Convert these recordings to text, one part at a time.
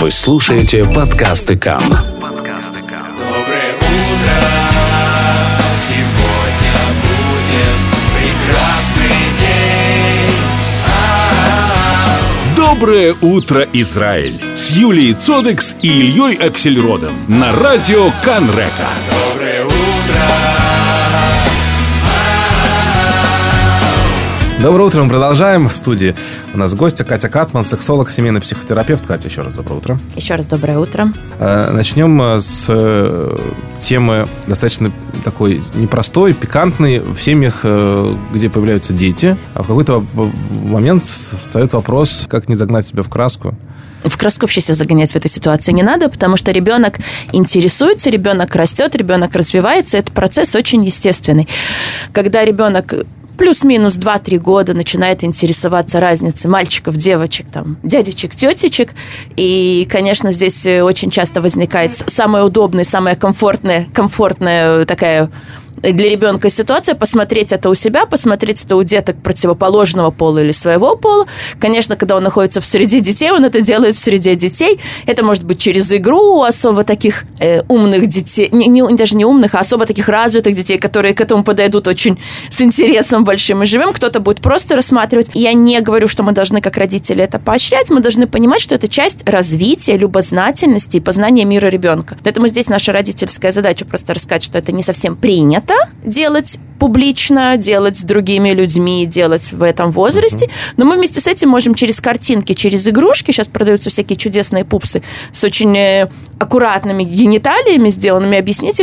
Вы слушаете подкасты КАМ. Доброе утро, сегодня будет прекрасный день. Доброе утро, Израиль! С Юлией Цодекс и Ильей Аксельродом на радио Канрека. Доброе утро. Доброе утро, мы продолжаем. В студии у нас гостья Катя Кацман, сексолог, семейный психотерапевт. Катя, еще раз доброе утро. Еще раз доброе утро. Начнем с темы достаточно такой непростой, пикантной. В семьях, где появляются дети, а в какой-то момент встает вопрос, как не загнать себя в краску. В краску вообще себя загонять в этой ситуации не надо, потому что ребенок интересуется, ребенок растет, ребенок развивается. Это процесс очень естественный. Когда ребенок плюс-минус 2-3 года начинает интересоваться разницей мальчиков, девочек, там, дядечек, тетечек. И, конечно, здесь очень часто возникает самая удобная, самая комфортная такая для ребенка ситуация, посмотреть это у себя, посмотреть это у деток противоположного пола или своего пола. Конечно, когда он находится в среде детей, он это делает в среде детей. Это может быть через игру у особо таких умных детей, даже не умных, а особо таких развитых детей, которые к этому подойдут очень с интересом большим и живым. Кто-то будет просто рассматривать. Я не говорю, что мы должны, как родители, это поощрять. Мы должны понимать, что это часть развития, любознательности и познания мира ребенка. Поэтому здесь наша родительская задача просто рассказать, что это не совсем принято делать публично, делать с другими людьми, делать в этом возрасте. Но мы вместе с этим можем через картинки, через игрушки, сейчас продаются всякие чудесные пупсы с очень аккуратными гениталиями сделанными, объяснить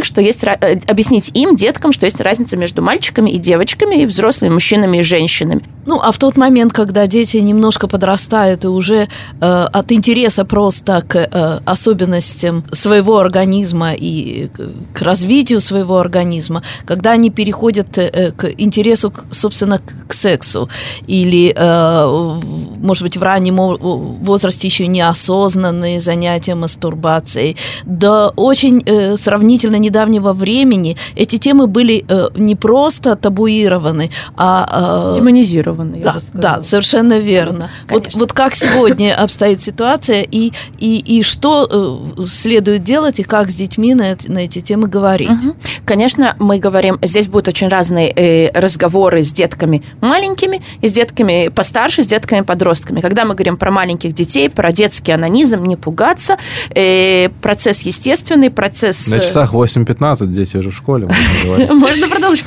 им, деткам, что есть разница между мальчиками и девочками, и взрослыми мужчинами и женщинами. Ну, а в тот момент, когда дети немножко подрастают и уже от интереса просто к особенностям своего организма и к развитию своего организма, когда они переходят к интересу, собственно, к сексу, или, может быть, в раннем возрасте еще неосознанные занятия мастурбацией, до очень сравнительно недавнего времени эти темы были не просто табуированы, а демонизированы, я бы сказала. Да, совершенно верно. Вот как сегодня обстоит ситуация, и что следует делать, и как с детьми на эти темы говорить? Конечно, мы говорим, здесь будут очень разные разговоры с детками маленькими и с детками постарше, с детками-подростками. Когда мы говорим про маленьких детей, про детский анонизм, не пугаться, процесс естественный, процесс... На часах 8:15 дети уже в школе, можно говорить. Можно продолжить.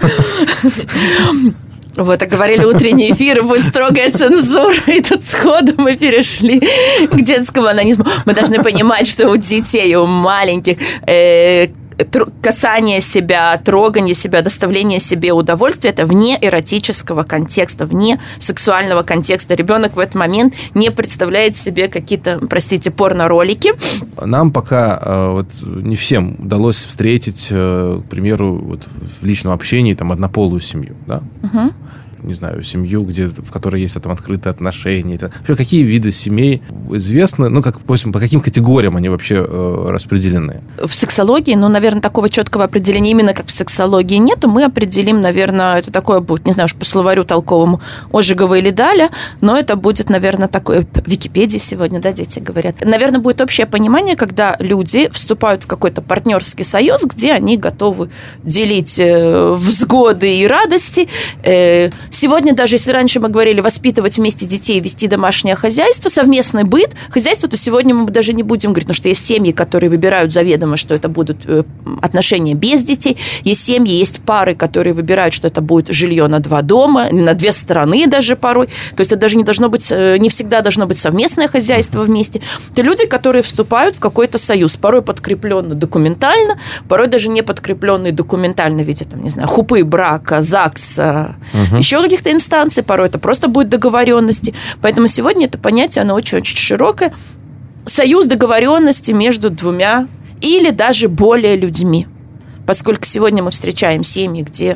Вот, а говорили, утренний эфир, будет строгая цензура, и тут сходу мы перешли к детскому анонизму. Мы должны понимать, что у детей, у маленьких... касание себя, трогание себя, доставление себе удовольствия – это вне эротического контекста, вне сексуального контекста. Ребенок в этот момент не представляет себе какие-то, простите, порно-ролики. Нам пока не всем удалось встретить, к примеру, в личном общении однополую семью, да? Не знаю, семью, в которой есть открытые отношения. Какие виды семей известны, по каким категориям они вообще распределены? В сексологии, наверное, такого четкого определения именно как в сексологии нету. Мы определим, наверное, это такое будет, не знаю уж по словарю толковому, Ожегова или Даля, но это будет, наверное, такое, в Википедии сегодня, да, дети говорят. Наверное, будет общее понимание, когда люди вступают в какой-то партнерский союз, где они готовы делить взгоды и радости. Сегодня, даже если раньше мы говорили воспитывать вместе детей, вести домашнее хозяйство, совместный быт, хозяйство, то сегодня мы даже не будем говорить, что есть семьи, которые выбирают заведомо, что это будут отношения без детей, есть семьи, есть пары, которые выбирают, что это будет жилье на 2 дома, на 2 стороны даже порой, то есть это даже не всегда должно быть совместное хозяйство вместе. Это люди, которые вступают в какой-то союз, порой подкрепленный документально, порой даже не подкрепленный документально в виде, хупы, брака, ЗАГСа, еще каких-то инстанций, порой это просто будет договоренности. Поэтому сегодня это понятие, оно очень-очень широкое. Союз договоренности между 2 или даже более людьми. Поскольку сегодня мы встречаем семьи, где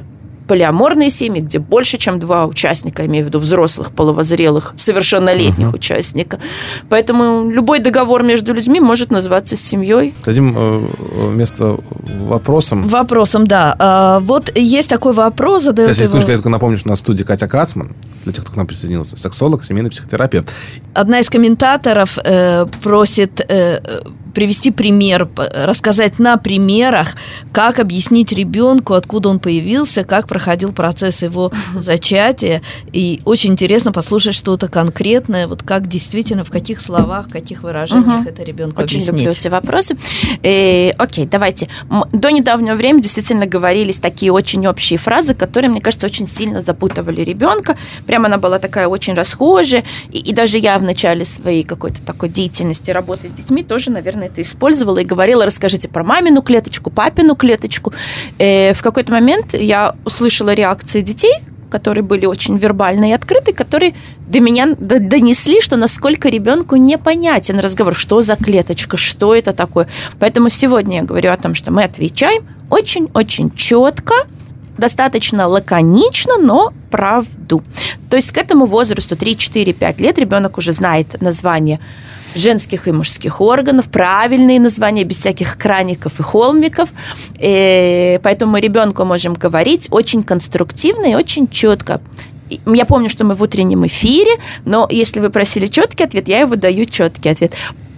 полиаморные семьи, где больше, чем 2 участника, имею в виду взрослых, половозрелых, совершеннолетних участника. Поэтому любой договор между людьми может называться семьей. Дадим место вопросам. Вопросом, да. Вот есть такой вопрос, задает Кстати, его... я только напомню, что на студии Катя Кацман, для тех, кто к нам присоединился, сексолог, семейный психотерапевт. Одна из комментаторов просит привести пример, рассказать на примерах, как объяснить ребенку, откуда он появился, как проходил процесс его зачатия. И очень интересно послушать что-то конкретное, вот как действительно, в каких словах, в каких выражениях это ребенку очень объяснить. Люблю эти вопросы. Окей, давайте. До недавнего времени действительно говорились такие очень общие фразы, которые, мне кажется, очень сильно запутывали ребенка. Прямо она была такая очень расхожая. И даже я в начале своей какой-то такой деятельности, работы с детьми, тоже, наверное, это использовала и говорила: расскажите про мамину клеточку, папину клеточку. В какой-то момент я услышала реакции детей, которые были очень вербальные и открытые, которые до меня донесли, что насколько ребенку непонятен разговор, что за клеточка, что это такое. Поэтому сегодня я говорю о том, что мы отвечаем очень-очень четко, достаточно лаконично, но правду. То есть к этому возрасту 3, 4, 5 лет ребенок уже знает название женских и мужских органов, правильные названия, без всяких краников и холмиков. Поэтому мы ребенку можем говорить очень конструктивно и очень четко. Я помню, что мы в утреннем эфире, но если вы просили четкий ответ, я его даю четкий ответ.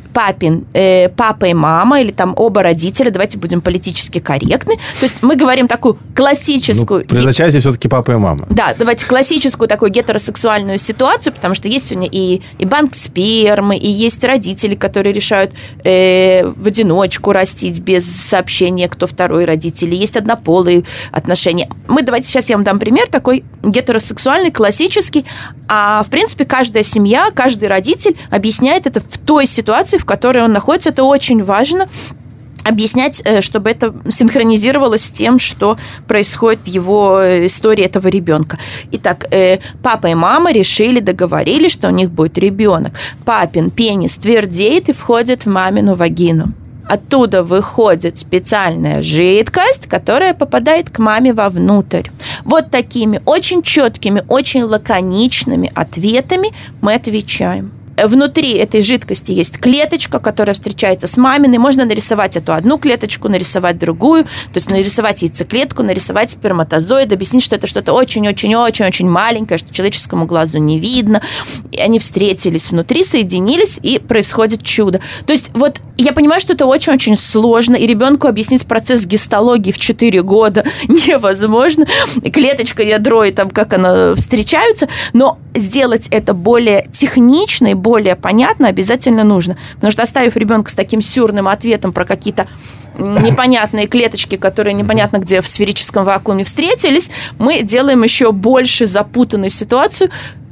Папа и мама, или там оба родителя, давайте будем политически корректны. То есть мы говорим такую классическую... При зачатии все-таки папа и мама. Да, давайте классическую такую гетеросексуальную ситуацию, потому что есть сегодня и банк спермы, и есть родители, которые решают в одиночку растить без сообщения, кто второй родитель, есть однополые отношения. Давайте сейчас я вам дам пример такой гетеросексуальный, классический. А в принципе каждая семья, каждый родитель объясняет это в той ситуации, в которой он находится. Это очень важно объяснять, чтобы это синхронизировалось с тем, что происходит в его истории этого ребенка. Итак, папа и мама решили, договорились, что у них будет ребенок. Папин пенис твердеет и входит в мамину вагину. Оттуда выходит специальная жидкость, которая попадает к маме вовнутрь. Вот такими очень четкими, очень лаконичными ответами мы отвечаем. Внутри этой жидкости есть клеточка, которая встречается с маминой. Можно нарисовать эту одну клеточку, нарисовать другую, то есть нарисовать яйцеклетку, нарисовать сперматозоид, объяснить, что это что-то очень-очень-очень-очень маленькое, что человеческому глазу не видно. И они встретились внутри, соединились, и происходит чудо. То есть вот я понимаю, что это очень-очень сложно, и ребенку объяснить процесс гистологии в 4 года невозможно. Клеточка, ядро и там как она встречаются, но сделать это более технично и более понятно обязательно нужно. Потому что оставив ребенка с таким сюрным ответом про какие-то непонятные клеточки, которые непонятно где в сферическом вакууме встретились, мы делаем еще больше запутанную ситуацию,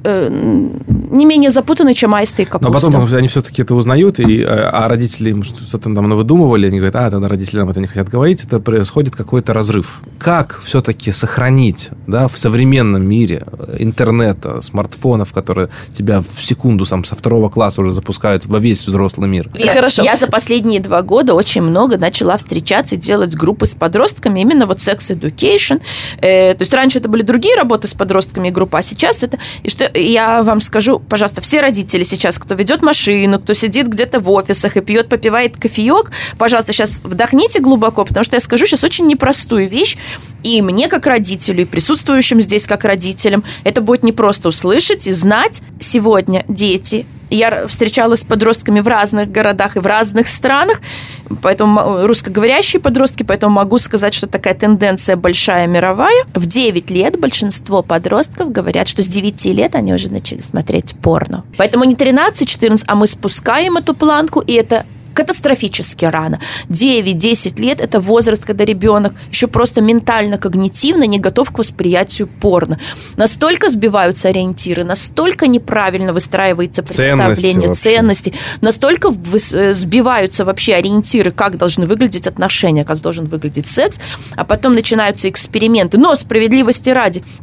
не менее запутанной, чем аисты и капуста. Но потом они все-таки это узнают, а родители что-то там навыдумывали, они говорят, тогда родители нам это не хотят говорить, это происходит какой-то разрыв. Как все-таки сохранить, да, в современном мире интернета, смартфонов, которые тебя в секунду со 2 класса уже запускают во весь взрослый мир? Хорошо. Я за последние 2 года очень много начала встречаться и делать группы с подростками, именно вот sex education. То есть раньше это были другие работы с подростками и группа, а сейчас это... И что я вам скажу, пожалуйста, все родители сейчас, кто ведет машину, кто сидит где-то в офисах и попивает кофеек, пожалуйста, сейчас вдохните глубоко, потому что я скажу сейчас очень непростую вещь, и мне как родителю, и присутствующим здесь как родителям, это будет непросто услышать и знать. Сегодня дети... Я встречалась с подростками в разных городах и в разных странах, поэтому русскоговорящие подростки, поэтому могу сказать, что такая тенденция большая мировая. В 9 лет большинство подростков говорят, что с 9 лет они уже начали смотреть порно. Поэтому не 13-14, а мы спускаем эту планку, и это катастрофически рано. 9-10 лет – это возраст, когда ребенок еще просто ментально-когнитивно не готов к восприятию порно. Настолько сбиваются ориентиры, настолько неправильно выстраивается представление ценностей, настолько сбиваются вообще ориентиры, как должны выглядеть отношения, как должен выглядеть секс, а потом начинаются эксперименты. Но справедливости ради,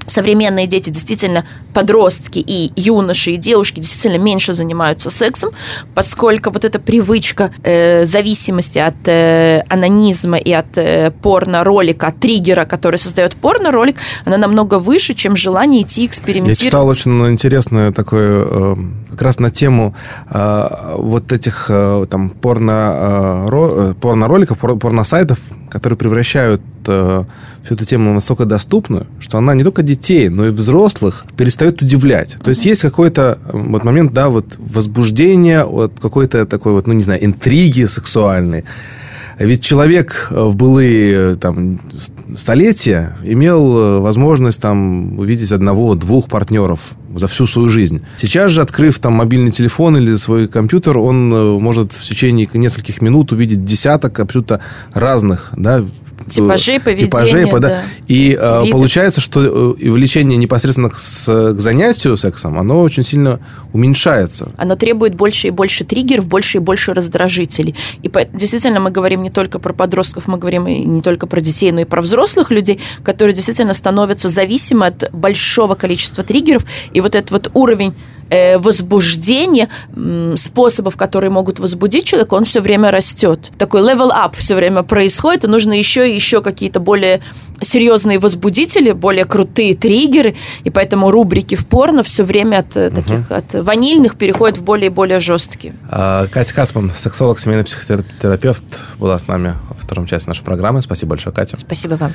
современные дети, действительно подростки и юноши, и девушки действительно меньше занимаются сексом, поскольку вот эта привычка зависимости от анонизма и от порно-ролика, от триггера, который создает порно-ролик, она намного выше, чем желание идти экспериментировать. Я читал очень интересное такое, как раз на тему вот этих там порно-роликов, порно-сайтов, которые превращают всю эту тему настолько доступную, что она не только детей, но и взрослых перестает удивлять. То есть есть какой-то вот момент, да, вот возбуждения, вот какой-то такой вот, ну, не знаю, интриги сексуальной. Ведь человек в былые там столетия имел возможность там увидеть одного-двух партнеров за всю свою жизнь. Сейчас же, открыв там мобильный телефон или свой компьютер, он может в течение нескольких минут увидеть десяток абсолютно разных, да, типажей поведения, да. И получается, что влечение непосредственно к занятию сексом, оно очень сильно уменьшается. Оно требует больше и больше триггеров, больше и больше раздражителей. И действительно мы говорим не только про подростков, мы говорим и не только про детей, но и про взрослых людей, которые действительно становятся зависимы от большого количества триггеров. И вот этот вот уровень возбуждения, способов, которые могут возбудить человека, он все время растет. Такой level up все время происходит, и нужно еще и еще какие-то более серьезные возбудители, более крутые триггеры, и поэтому рубрики в порно все время от таких, от ванильных переходят в более и более жесткие. Катя Кацман, сексолог, семейный психотерапевт, была с нами во втором части нашей программы. Спасибо большое, Катя. Спасибо вам.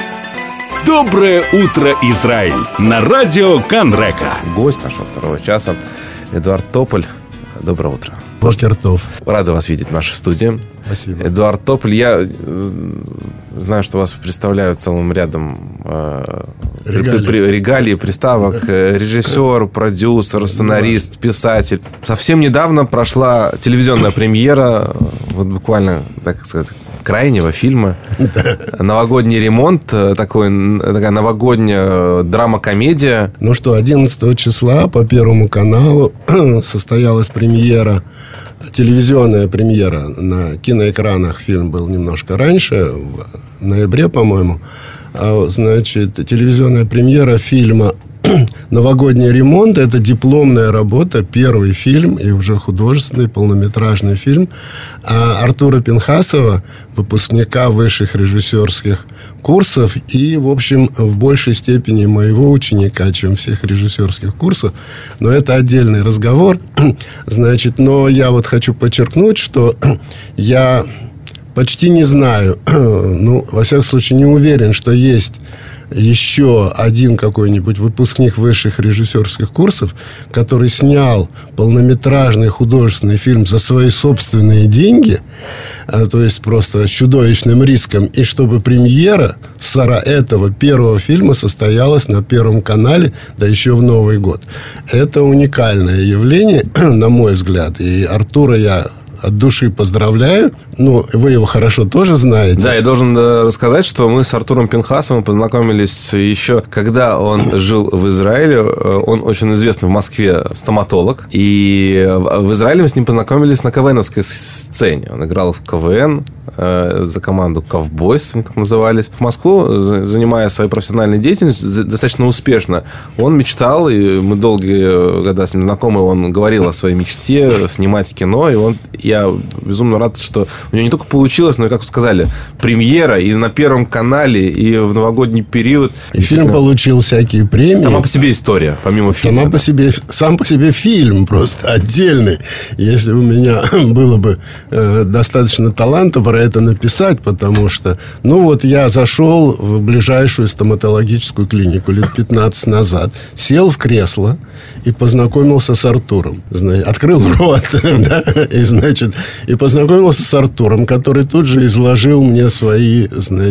Доброе утро, Израиль! На радио Канрека. Гость нашего второго часа Эдуард Тополь. Доброе утро. Бокертов. Рада вас видеть в нашей студии. Спасибо. Эдуард Тополь, я знаю, что вас представляют целым рядом регалий, приставок. Режиссер, продюсер, сценарист, писатель. Совсем недавно прошла телевизионная премьера, вот буквально, так сказать, крайнего фильма. Новогодний ремонт, такая новогодняя драма-комедия. Ну что, 11 числа по Первому каналу состоялась премьера, телевизионная премьера. На киноэкранах фильм был немножко раньше, в ноябре, по-моему. Значит, телевизионная премьера фильма «Новогодний ремонт» — это дипломная работа, первый фильм и уже художественный полнометражный фильм Артура Пинхасова, выпускника высших режиссерских курсов и, в общем, в большей степени моего ученика, чем всех режиссерских курсов. Но это отдельный разговор. Значит, но я вот хочу подчеркнуть, что я почти не знаю, ну, во всяком случае, не уверен, что есть еще один какой-нибудь выпускник высших режиссерских курсов, который снял полнометражный художественный фильм за свои собственные деньги, то есть просто с чудовищным риском, и чтобы премьера этого первого фильма состоялась на Первом канале, да еще в Новый год. Это уникальное явление, на мой взгляд, и Артура я от души поздравляю. Ну, вы его хорошо тоже знаете. Да, я должен рассказать, что мы с Артуром Пинхасовым познакомились еще, когда он жил в Израиле. Он очень известный в Москве стоматолог. И в Израиле мы с ним познакомились на КВНовской сцене. Он играл в КВН за команду «Ковбойс», они так назывались. В Москву, занимаясь своей профессиональной деятельностью, достаточно успешно. Он мечтал, и мы долгие года с ним знакомы, он говорил о своей мечте снимать кино. И я безумно рад, что у него не только получилось, но и, как вы сказали, премьера и на Первом канале, и в новогодний период. И фильм получил всякие премии. Сама по себе история, помимо фильма. Сам по себе фильм просто отдельный. Если у меня было бы достаточно таланта про это написать, потому что, ну вот я зашел в ближайшую стоматологическую клинику лет 15 назад, сел в кресло и познакомился с Артуром. Открыл рот, да, и познакомился с Артуром, который тут же изложил мне свои,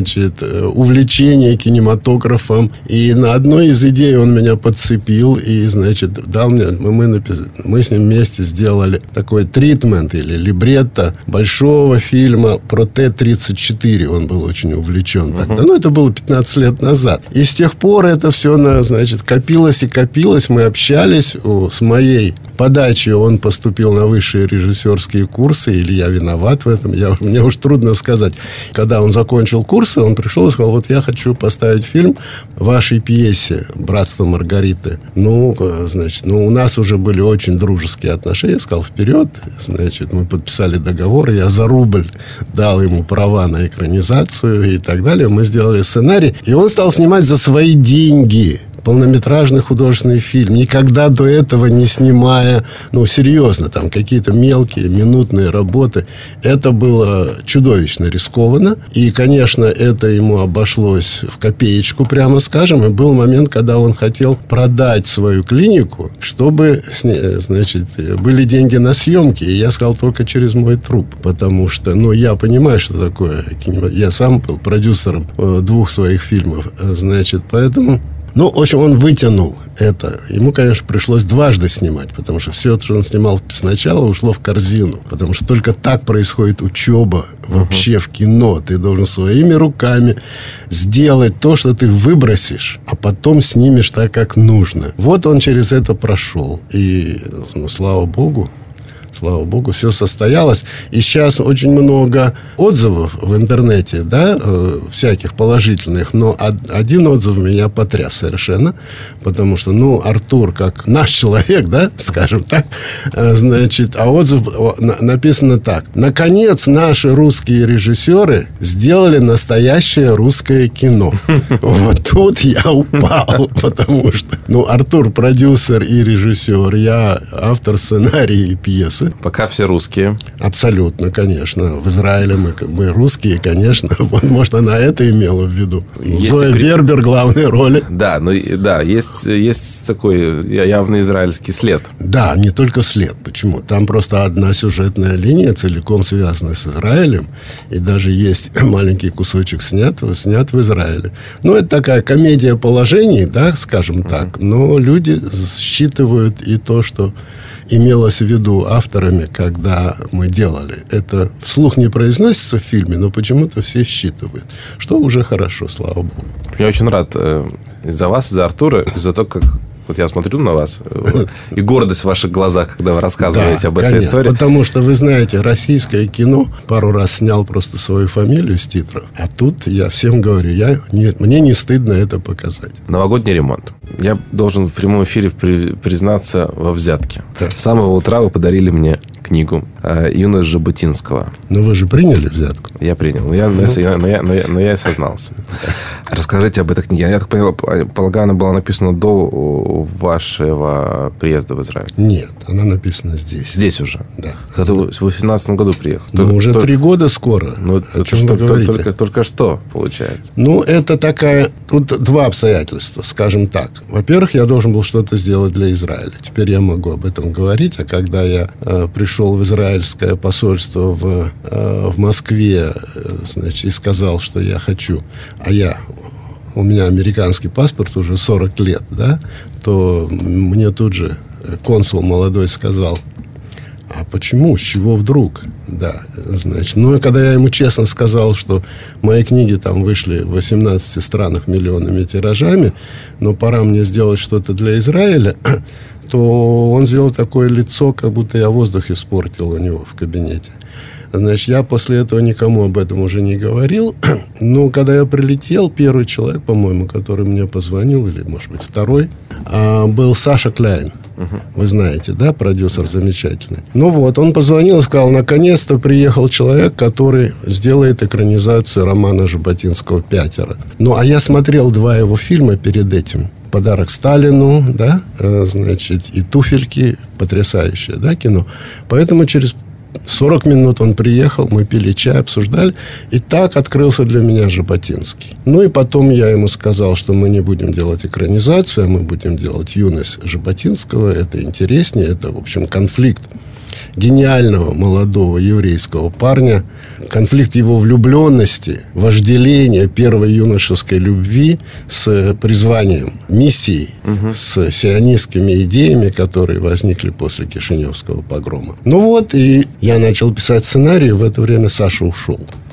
увлечения кинематографом. И на одной из идей он меня подцепил и, дал мне... Мы с ним вместе сделали такой тритмент или либретто большого фильма про линкора Т-34 он был очень увлечен тогда. Ну, это было 15 лет назад. И с тех пор это все, значит, копилось и копилось. Мы общались. С моей подачи он поступил на высшие режиссерские курсы, или я виноват в этом, мне уж трудно сказать. Когда он закончил курсы, он пришел и сказал: вот я хочу поставить фильм в вашей пьесе «Братство Маргариты». Ну, значит, у нас уже были очень дружеские отношения. Я сказал: вперед. Значит, мы подписали договор, я за рубль дал ему права на экранизацию и так далее. Мы сделали сценарий, и он стал снимать за свои деньги полнометражный художественный фильм, никогда до этого не снимая, серьезно, там какие-то мелкие минутные работы. Это было чудовищно рискованно. И, конечно, это ему обошлось в копеечку, прямо скажем. И был момент, когда он хотел продать свою клинику, чтобы, значит, были деньги на съемки. И я сказал: только через мой труп. Потому что, я понимаю, что такое кинематограф. Я сам был продюсером 2 своих фильмов. Значит, поэтому... в общем, он вытянул это. Ему, конечно, пришлось дважды снимать, потому что все, что он снимал сначала, ушло в корзину. Потому что только так происходит учеба вообще в кино. Ты должен своими руками сделать то, что ты выбросишь, а потом снимешь так, как нужно. Вот он через это прошел. И, слава богу, все состоялось. И сейчас очень много отзывов в интернете, всяких положительных. Но один отзыв меня потряс совершенно. Потому что, Артур, как наш человек, скажем так, значит, а отзыв написано так: наконец наши русские режиссеры сделали настоящее русское кино. Вот тут я упал. Потому что, Артур продюсер и режиссер, я автор сценария и пьесы. Пока все русские. Абсолютно, конечно. В Израиле мы русские, конечно. Вот, может, она это имела в виду. Зоя Бербер главной роли. Да, есть такой явный израильский след. Да, не только след. Почему? Там просто одна сюжетная линия, целиком связанная с Израилем. И даже есть маленький кусочек снят в Израиле. Это такая комедия положений, скажем так. Но люди считывают и то, что имелось в виду авторами, когда мы делали. Это вслух не произносится в фильме, но почему-то все считывают. Что уже хорошо, слава богу. Я очень рад из-за вас, из-за Артура, из-за того, как... Вот я смотрю на вас, и гордость в ваших глазах, когда вы рассказываете об этой истории. Потому что, вы знаете, российское кино пару раз снял просто свою фамилию с титров. А тут я всем говорю, мне не стыдно это показать. Новогодний ремонт. Я должен в прямом эфире признаться во взятке. Да. С самого утра вы подарили мне книгу Юность Жаботинского. Но вы же приняли взятку? Я принял, но я сознался. Расскажите об этой книге. Я так полагаю, она была написана до вашего приезда в Израиль? Нет, она написана здесь. Здесь уже? Да. Когда вы в 2018 году приехали? Уже 3 года скоро. Только что, получается. Это такая... Тут 2 обстоятельства, скажем так. Во-первых, я должен был что-то сделать для Израиля. Теперь я могу об этом говорить. А когда я пришел в израильское посольство в Москве, значит, и сказал, что я хочу... У меня американский паспорт уже 40 лет, то мне тут же консул молодой сказал: а почему? С чего вдруг? Да, значит. И когда я ему честно сказал, что мои книги там вышли в 18 странах миллионными тиражами, но пора мне сделать что-то для Израиля, то он сделал такое лицо, как будто я воздух испортил у него в кабинете. Значит, я после этого никому об этом уже не говорил. Но когда я прилетел, первый человек, по-моему, который мне позвонил, или, может быть, второй, был Саша Кляйн. Вы знаете, продюсер замечательный. Он позвонил и сказал: наконец-то приехал человек, который сделает экранизацию романа Жаботинского «Пятеро». А я смотрел 2 его фильма перед этим. «Подарок Сталину», значит, и «Туфельки». Потрясающее, кино. Поэтому через 40 минут он приехал, мы пили чай, обсуждали. И так открылся для меня Жаботинский. И потом я ему сказал, что мы не будем делать экранизацию, а мы будем делать «Юность Жаботинского». Это интереснее, это, в общем, конфликт гениального молодого еврейского парня, конфликт его влюбленности, вожделения первой юношеской любви с призванием, миссией, с сионистскими идеями, которые возникли после Кишиневского погрома. И я начал писать сценарий, в это время Саша ушел.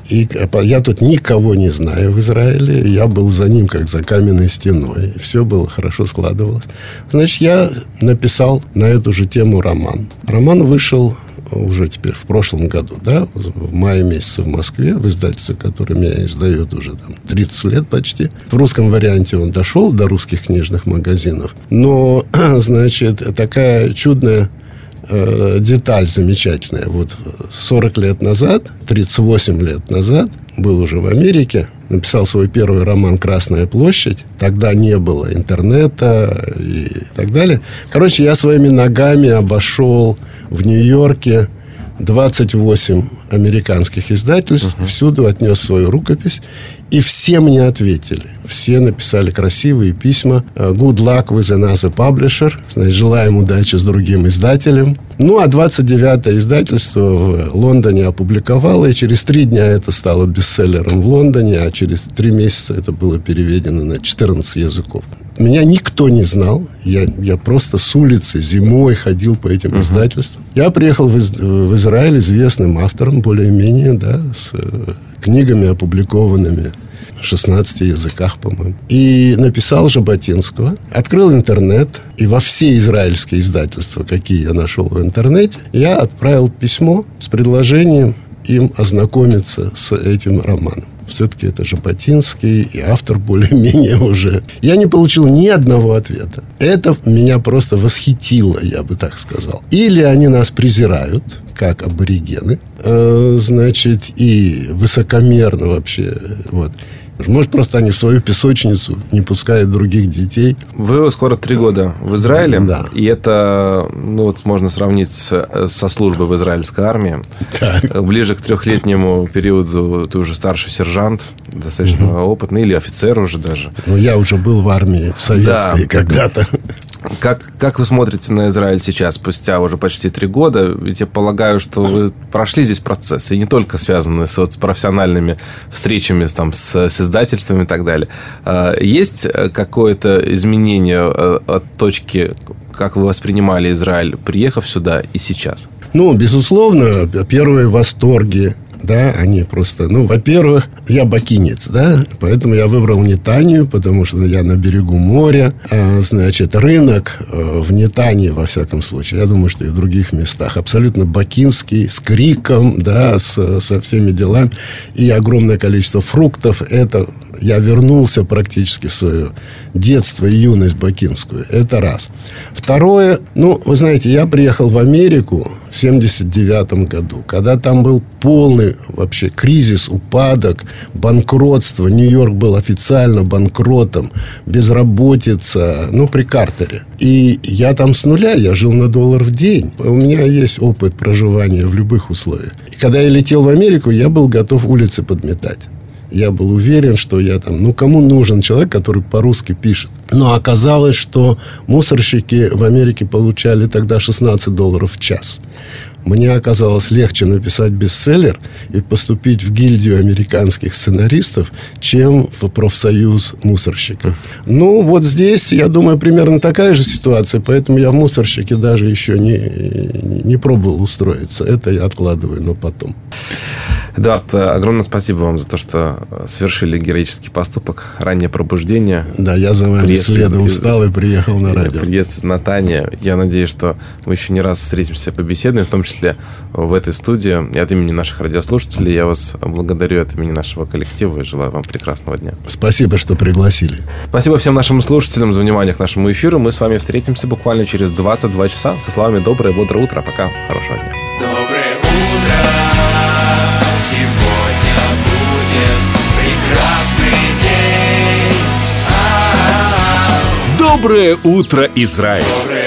И я тут никого не знаю в Израиле. Я был за ним, как за каменной стеной. И все было хорошо складывалось. Значит, я написал на эту же тему роман. Роман вышел уже теперь в прошлом году, да, в мае месяце в Москве, в издательстве, которое меня издает уже там 30 лет почти. В русском варианте он дошел до русских книжных магазинов. Но, значит, такая чудная деталь замечательная. Вот 40 лет назад, 38 лет назад, был уже в Америке, написал свой первый роман «Красная площадь». Тогда не было интернета и так далее. Короче, я своими ногами обошел в Нью-Йорке 28 американских издательств, всюду отнес свою рукопись, и все мне ответили. Все написали красивые письма. Good luck with another publisher. Значит, желаем удачи с другим издателем. Ну, а 29-е издательство в Лондоне опубликовало, и через 3 дня это стало бестселлером в Лондоне, а через 3 месяца это было переведено на 14 языков. Меня никто не знал. Я просто с улицы зимой ходил по этим издательствам. Я приехал в Израиль известным автором, более-менее, да, с книгами, опубликованными в 16 языках, по-моему. И написал Жаботинского. Открыл интернет. И во все израильские издательства, какие я нашел в интернете, я отправил письмо с предложением им ознакомиться с этим романом. Все-таки это Жаботинский, и автор более-менее уже. Я не получил ни одного ответа. Это меня просто восхитило, я бы так сказал. Или они нас презирают, как аборигены, значит, и высокомерно вообще, вот. Может, просто они в свою песочницу не пускают других детей. Вы скоро 3 года в Израиле. Да. И это, ну, вот можно сравнить со службой в израильской армии. Так. Ближе к 3-летнему периоду ты уже старший сержант, достаточно опытный, или офицер уже даже. Ну, я уже был в армии, в советской, когда-то. Как вы смотрите на Израиль сейчас, спустя уже почти 3 года? Ведь я полагаю, что вы прошли здесь процессы, и не только связанные с профессиональными встречами там, с издательствами и так далее. Есть какое-то изменение от точки, как вы воспринимали Израиль, приехав сюда, и сейчас? Ну, безусловно, первые восторги, да, они просто... Ну, во-первых, я бакинец, да, поэтому я выбрал Нетанию, потому что я на берегу моря. Значит, рынок в Нетании, во всяком случае, я думаю, что и в других местах, абсолютно бакинский, с криком, да, со всеми делами. И огромное количество фруктов. Это... Я вернулся практически в свое детство и юность бакинскую. Это раз. Второе, ну, вы знаете, я приехал в Америку в 1979 году, когда там был полный вообще кризис, упадок, банкротство. Нью-Йорк был официально банкротом, безработица, ну, при Картере. И я там с нуля, я жил на $1 в день. У меня есть опыт проживания в любых условиях. И когда я летел в Америку, я был готов улицы подметать. Я был уверен, что я там... Ну, кому нужен человек, который по-русски пишет? Но оказалось, что мусорщики в Америке получали тогда $16 в час. Мне оказалось легче написать бестселлер и поступить в гильдию американских сценаристов, чем в профсоюз мусорщиков. Ну, вот здесь, я думаю, примерно такая же ситуация. Поэтому я в мусорщике даже еще не пробовал устроиться. Это я откладываю на потом. Эдуард, огромное спасибо вам за то, что совершили героический поступок, раннее пробуждение. Да, я за вами следом встал и приехал на радио. Приезд на Тане. Я надеюсь, что мы еще не раз встретимся, побеседуем, в том числе в этой студии. И от имени наших радиослушателей я вас благодарю от имени нашего коллектива и желаю вам прекрасного дня. Спасибо, что пригласили. Спасибо всем нашим слушателям за внимание к нашему эфиру. Мы с вами встретимся буквально через 22 часа. Со словами «Доброе, бодрое утро». Пока. Хорошего дня. Доброе утро. Сегодня будет прекрасный день. Доброе утро, Израиль! Доброе